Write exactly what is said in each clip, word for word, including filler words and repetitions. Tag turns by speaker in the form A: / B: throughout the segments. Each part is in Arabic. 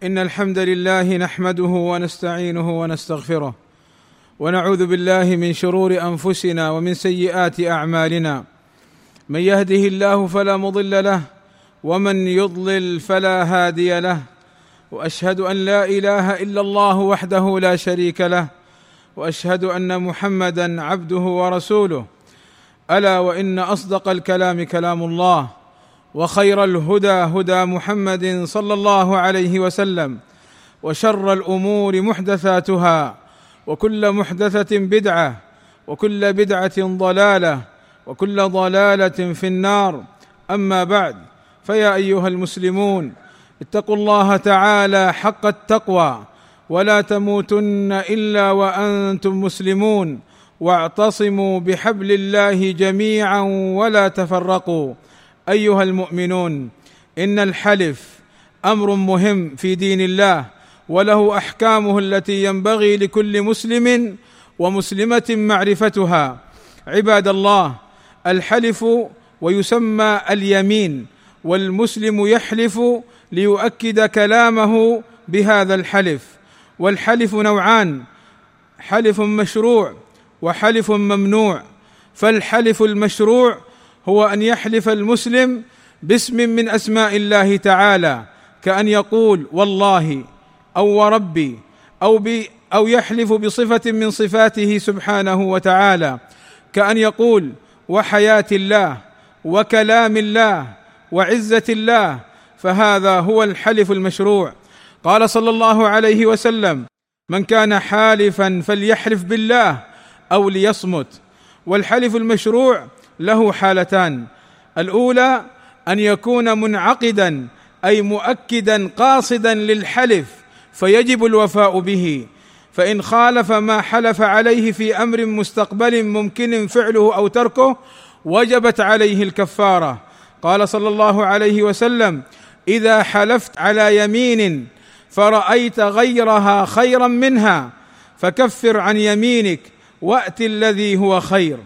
A: إن الحمد لله نحمده ونستعينه ونستغفره، ونعوذ بالله من شرور أنفسنا ومن سيئات أعمالنا. من يهده الله فلا مضل له، ومن يضلل فلا هادي له. وأشهد أن لا إله إلا الله وحده لا شريك له، وأشهد أن محمدًا عبده ورسوله. ألا وإن أصدق الكلام كلام الله، وخير الهدى هدى محمد صلى الله عليه وسلم، وشر الأمور محدثاتها، وكل محدثة بدعة، وكل بدعة ضلالة، وكل ضلالة في النار. أما بعد، فيا أيها المسلمون، اتقوا الله تعالى حق التقوى، ولا تموتن إلا وأنتم مسلمون، واعتصموا بحبل الله جميعا ولا تفرقوا. أيها المؤمنون، إن الحلف أمر مهم في دين الله، وله أحكامه التي ينبغي لكل مسلم ومسلمة معرفتها. عباد الله، الحلف ويسمى اليمين، والمسلم يحلف ليؤكد كلامه بهذا الحلف. والحلف نوعان: حلف مشروع وحلف ممنوع. فالحلف المشروع هو أن يحلف المسلم باسم من أسماء الله تعالى، كأن يقول والله أو وربي، أو, بي أو يحلف بصفة من صفاته سبحانه وتعالى، كأن يقول وحياة الله وكلام الله وعزة الله. فهذا هو الحلف المشروع. قال صلى الله عليه وسلم: من كان حالفا فليحلف بالله أو ليصمت. والحلف المشروع له حالتان: الأولى أن يكون منعقدا، أي مؤكدا قاصدا للحلف، فيجب الوفاء به، فإن خالف ما حلف عليه في أمر مستقبل ممكن فعله أو تركه وجبت عليه الكفارة. قال صلى الله عليه وسلم: إذا حلفت على يمين فرأيت غيرها خيرا منها فكفر عن يمينك وأت الذي هو خير.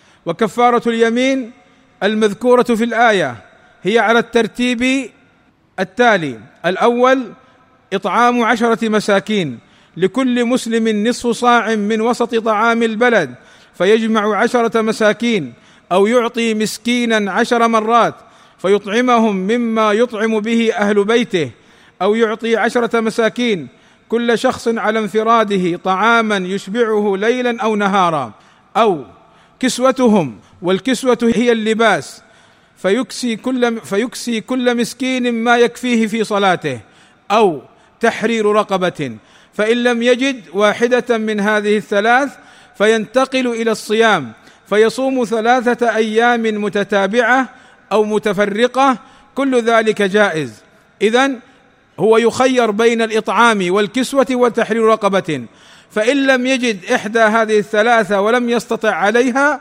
A: وكفارة اليمين المذكورة في الآية هي على الترتيب التالي: الأول إطعام عشرة مساكين، لكل مسلم نصف صاع من وسط طعام البلد، فيجمع عشرة مساكين، أو يعطي مسكينا عشر مرات فيطعمهم مما يطعم به أهل بيته، أو يعطي عشرة مساكين كل شخص على انفراده طعاما يشبعه ليلا أو نهارا، أو كسوتهم، والكسوة هي اللباس، فيكسي كل, فيكسي كل مسكين ما يكفيه في صلاته، أو تحرير رقبة. فإن لم يجد واحدة من هذه الثلاث فينتقل إلى الصيام، فيصوم ثلاثة أيام متتابعة أو متفرقة، كل ذلك جائز. إذن هو يخير بين الإطعام والكسوة وتحرير رقبة، فإن لم يجد إحدى هذه الثلاثة ولم يستطع عليها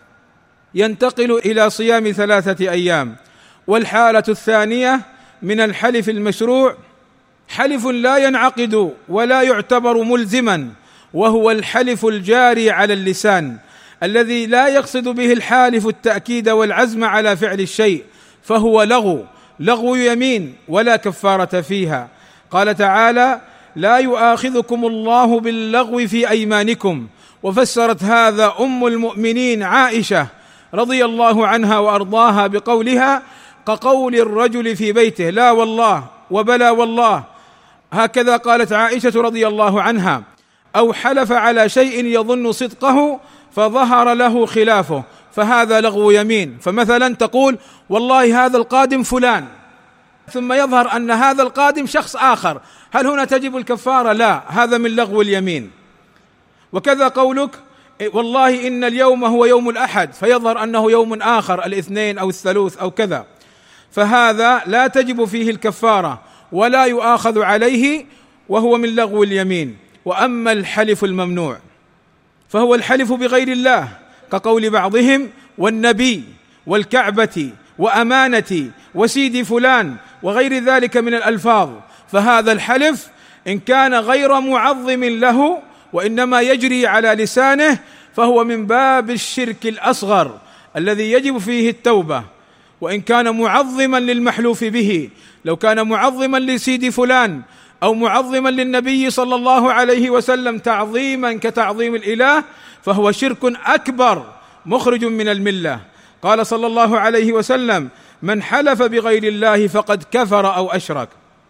A: ينتقل إلى صيام ثلاثة أيام. والحالة الثانية من الحلف المشروع حلف لا ينعقد ولا يعتبر ملزما، وهو الحلف الجاري على اللسان، الذي لا يقصد به الحالف التأكيد والعزم على فعل الشيء، فهو لغو لغو يمين ولا كفارة فيها. قال تعالى: لا يؤاخذكم الله باللغو في أيمانكم. وفسرت هذا أم المؤمنين عائشة رضي الله عنها وأرضاها بقولها: كقول الرجل في بيته لا والله وبلا والله. هكذا قالت عائشة رضي الله عنها: أو حلف على شيء يظن صدقه فظهر له خلافه، فهذا لغو يمين. فمثلا تقول والله هذا القادم فلان، ثم يظهر أن هذا القادم شخص آخر، هل هنا تجب الكفارة؟ لا، هذا من لغو اليمين. وكذا قولك والله إن اليوم هو يوم الأحد، فيظهر أنه يوم آخر، الاثنين أو الثلاث أو كذا، فهذا لا تجب فيه الكفارة ولا يؤاخذ عليه، وهو من لغو اليمين. وأما الحلف الممنوع فهو الحلف بغير الله، كقول بعضهم والنبي والكعبة وأمانتي وسيدي فلان وغير ذلك من الألفاظ. فهذا الحلف إن كان غير معظم له وإنما يجري على لسانه فهو من باب الشرك الأصغر الذي يجب فيه التوبة. وإن كان معظما للمحلوف به، لو كان معظما لسيد فلان أو معظما للنبي صلى الله عليه وسلم تعظيما كتعظيم الإله فهو شرك أكبر مخرج من الملة. قال صلى الله عليه وسلم: من حلف بغير الله فقد كفر أو أشرك.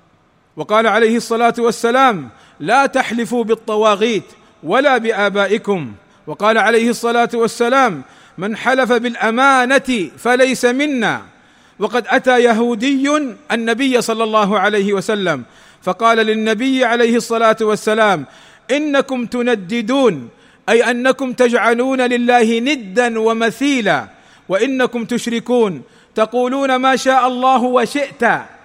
A: وقال عليه الصلاة والسلام: لا تحلفوا بالطواغيت ولا بآبائكم. وقال عليه الصلاة والسلام: من حلف بالأمانة فليس منا. وقد أتى يهودي النبي صلى الله عليه وسلم فقال للنبي عليه الصلاة والسلام: إنكم تنددون، أي أنكم تجعلون لله ندا ومثيلا، وإنكم تشركون، تقولون ما شاء الله وشئت،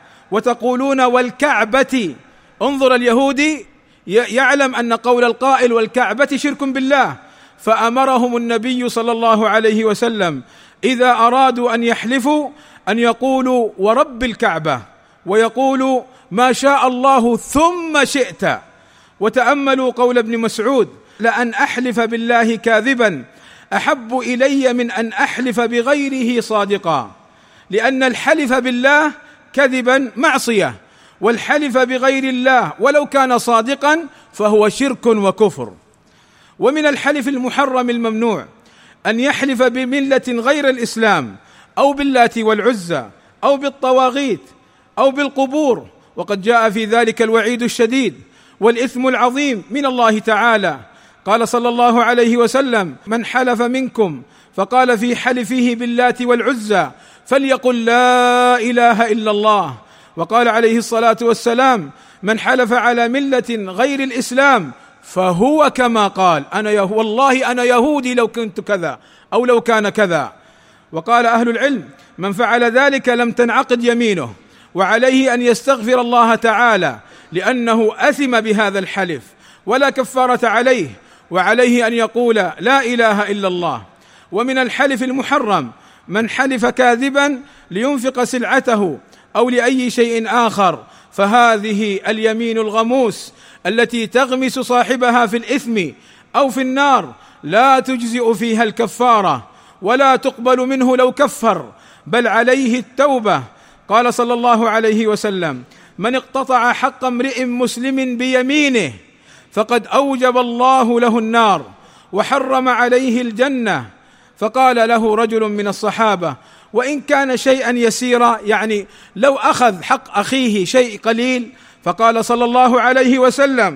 A: وتقولون والكعبة. انظر، اليهودي يعلم أن قول القائل والكعبة شرك بالله، فأمرهم النبي صلى الله عليه وسلم إذا أرادوا أن يحلفوا أن يقولوا ورب الكعبة، ويقولوا ما شاء الله ثم شئت. وتأملوا قول ابن مسعود: لأن أحلف بالله كاذبا أحب إلي من أن أحلف بغيره صادقا، لأن الحلف بالله كذبا معصية، والحلف بغير الله ولو كان صادقا فهو شرك وكفر. ومن الحلف المحرم الممنوع أن يحلف بملة غير الإسلام، أو باللات والعزى، أو بالطواغيت، أو بالقبور، وقد جاء في ذلك الوعيد الشديد والإثم العظيم من الله تعالى. قال صلى الله عليه وسلم: من حلف منكم فقال في حلفه باللات والعزى فليقل لا إله إلا الله. وقال عليه الصلاة والسلام: من حلف على ملة غير الإسلام فهو كما قال أنا يه والله أنا يهودي لو كنت كذا أو لو كان كذا. وقال أهل العلم: من فعل ذلك لم تنعقد يمينه، وعليه أن يستغفر الله تعالى لأنه أثم بهذا الحلف، ولا كفارة عليه، وعليه أن يقول لا إله إلا الله. ومن الحلف المحرم من حلف كاذبا لينفق سلعته أو لأي شيء آخر، فهذه اليمين الغموس التي تغمس صاحبها في الإثم أو في النار لا تجزئ فيها الكفارة، ولا تقبل منه لو كفر، بل عليه التوبة. قال صلى الله عليه وسلم: من اقتطع حق امرئ مسلم بيمينه فقد أوجب الله له النار وحرم عليه الجنة. فقال له رجل من الصحابة: وإن كان شيئا يسيرا، يعني لو أخذ حق أخيه شيء قليل؟ فقال صلى الله عليه وسلم: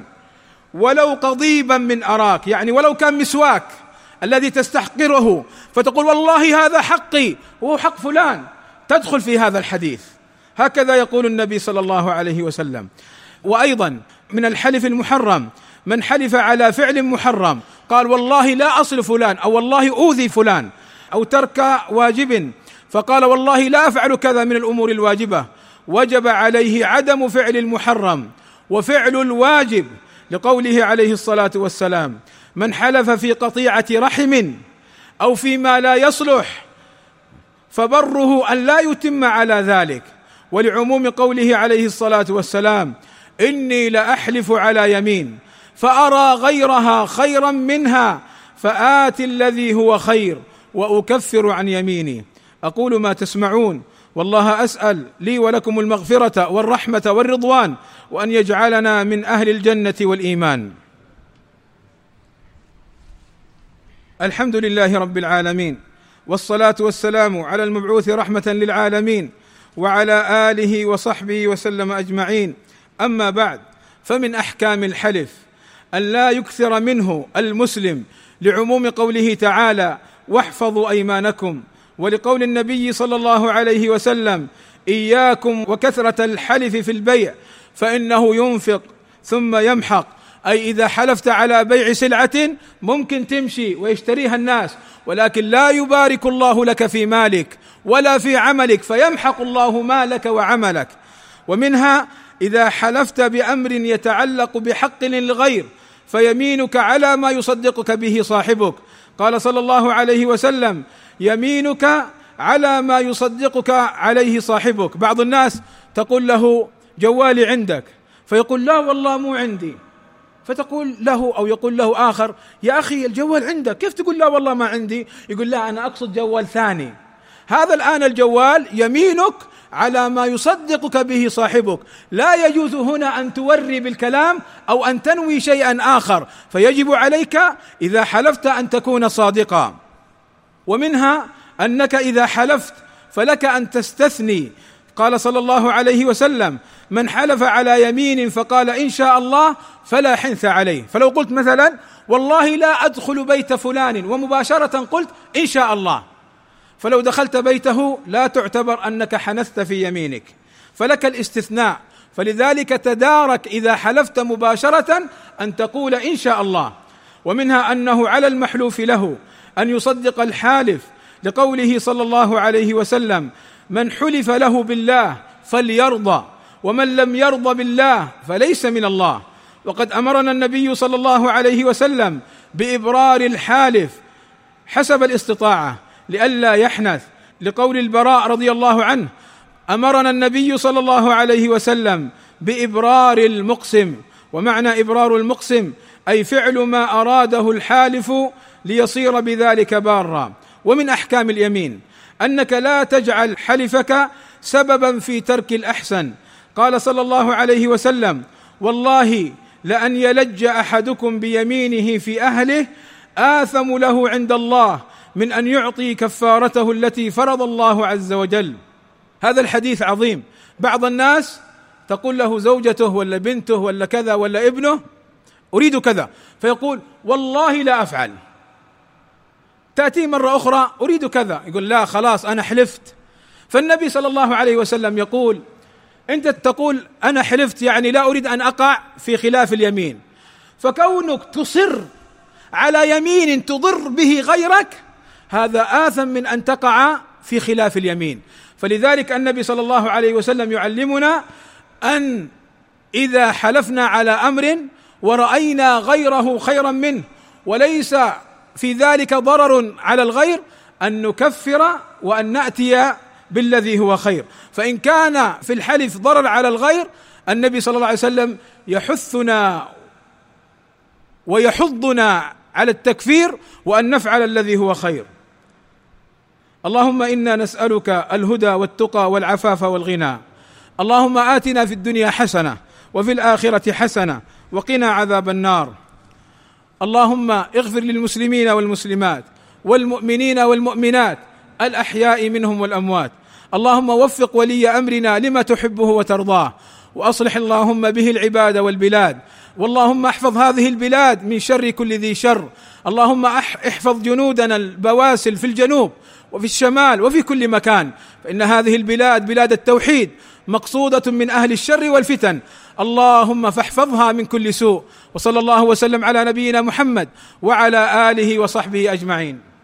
A: ولو قضيبا من أراك، يعني ولو كان مسواك الذي تستحقره فتقول والله هذا حقي وهو حق فلان، تدخل في هذا الحديث. هكذا يقول النبي صلى الله عليه وسلم. وأيضا من الحلف المحرم من حلف على فعل محرم، قال والله لا أصل فلان، أو والله أوذي فلان، أو ترك واجب فقال والله لا أفعل كذا من الأمور الواجبة، وجب عليه عدم فعل المحرم وفعل الواجب، لقوله عليه الصلاة والسلام: من حلف في قطيعة رحم أو فيما لا يصلح فبره أن لا يتم على ذلك، ولعموم قوله عليه الصلاة والسلام: إني لأحلف على يمين فأرى غيرها خيرا منها فآت الذي هو خير وأكفر عن يميني. أقول ما تسمعون، والله أسأل لي ولكم المغفرة والرحمة والرضوان، وأن يجعلنا من أهل الجنة والإيمان. الحمد لله رب العالمين، والصلاة والسلام على المبعوث رحمة للعالمين، وعلى آله وصحبه وسلم أجمعين. أما بعد، فمن أحكام الحلف أن لا يكثر منه المسلم، لعموم قوله تعالى: واحفظوا أيمانكم، ولقول النبي صلى الله عليه وسلم: إياكم وكثرة الحلف في البيع فإنه ينفق ثم يمحق. أي إذا حلفت على بيع سلعة ممكن تمشي ويشتريها الناس، ولكن لا يبارك الله لك في مالك ولا في عملك، فيمحق الله مالك وعملك. ومنها إذا حلفت بأمر يتعلق بحق للغير فيمينك على ما يصدقك به صاحبك. قال صلى الله عليه وسلم: يمينك على ما يصدقك عليه صاحبك. بعض الناس تقول له: جوالي عندك، فيقول: لا والله مو عندي، فتقول له أو يقول له آخر: يا أخي الجوال عندك، كيف تقول لا والله ما عندي؟ يقول: لا أنا أقصد جوال ثاني. هذا الآن الجوال يمينك على ما يصدقك به صاحبك. لا يجوز هنا أن توري بالكلام أو أن تنوي شيئا آخر، فيجب عليك إذا حلفت أن تكون صادقا. ومنها أنك إذا حلفت فلك أن تستثني. قال صلى الله عليه وسلم: من حلف على يمين فقال إن شاء الله فلا حنث عليه. فلو قلت مثلا والله لا أدخل بيت فلان ومباشرة قلت إن شاء الله، فلو دخلت بيته لا تعتبر أنك حنثت في يمينك، فلك الاستثناء. فلذلك تدارك إذا حلفت مباشرة أن تقول إن شاء الله. ومنها أنه على المحلوف له أن يصدق الحالف، لقوله صلى الله عليه وسلم: من حلف له بالله فليرضى، ومن لم يرضى بالله فليس من الله. وقد أمرنا النبي صلى الله عليه وسلم بإبرار الحالف حسب الاستطاعة لئلا يحنث، لقول البراء رضي الله عنه: أمرنا النبي صلى الله عليه وسلم بإبرار المقسم. ومعنى إبرار المقسم أي فعل ما أراده الحالف ليصير بذلك بارا. ومن أحكام اليمين أنك لا تجعل حلفك سببا في ترك الأحسن. قال صلى الله عليه وسلم: والله لأن يلج أحدكم بيمينه في أهله آثم له عند الله من أن يعطي كفارته التي فرض الله عز وجل. هذا الحديث عظيم. بعض الناس تقول له زوجته ولا بنته ولا كذا ولا ابنه: أريد كذا، فيقول والله لا أفعل. تأتي مرة أخرى: أريد كذا، يقول لا خلاص أنا حلفت. فالنبي صلى الله عليه وسلم يقول: أنت تقول أنا حلفت يعني لا أريد أن أقع في خلاف اليمين، فكونك تصر على يمين تضر به غيرك هذا آثم من أن تقع في خلاف اليمين. فلذلك النبي صلى الله عليه وسلم يعلمنا أن إذا حلفنا على أمر ورأينا غيره خيرا منه وليس في ذلك ضرر على الغير أن نكفر وأن نأتي بالذي هو خير. فإن كان في الحلف ضرر على الغير النبي صلى الله عليه وسلم يحثنا ويحضنا على التكفير وأن نفعل الذي هو خير. اللهم إنا نسألك الهدى والتقى والعفاف والغنى. اللهم آتنا في الدنيا حسنة وفي الآخرة حسنة وقنا عذاب النار. اللهم اغفر للمسلمين والمسلمات والمؤمنين والمؤمنات الأحياء منهم والأموات. اللهم وفق ولي أمرنا لما تحبه وترضاه، وأصلح اللهم به العباد والبلاد. واللهم احفظ هذه البلاد من شر كل ذي شر. اللهم احفظ جنودنا البواسل في الجنوب وفي الشمال وفي كل مكان، فإن هذه البلاد بلاد التوحيد مقصودة من أهل الشر والفتن. اللهم فاحفظها من كل سوء. وصلى الله وسلم على نبينا محمد وعلى آله وصحبه أجمعين.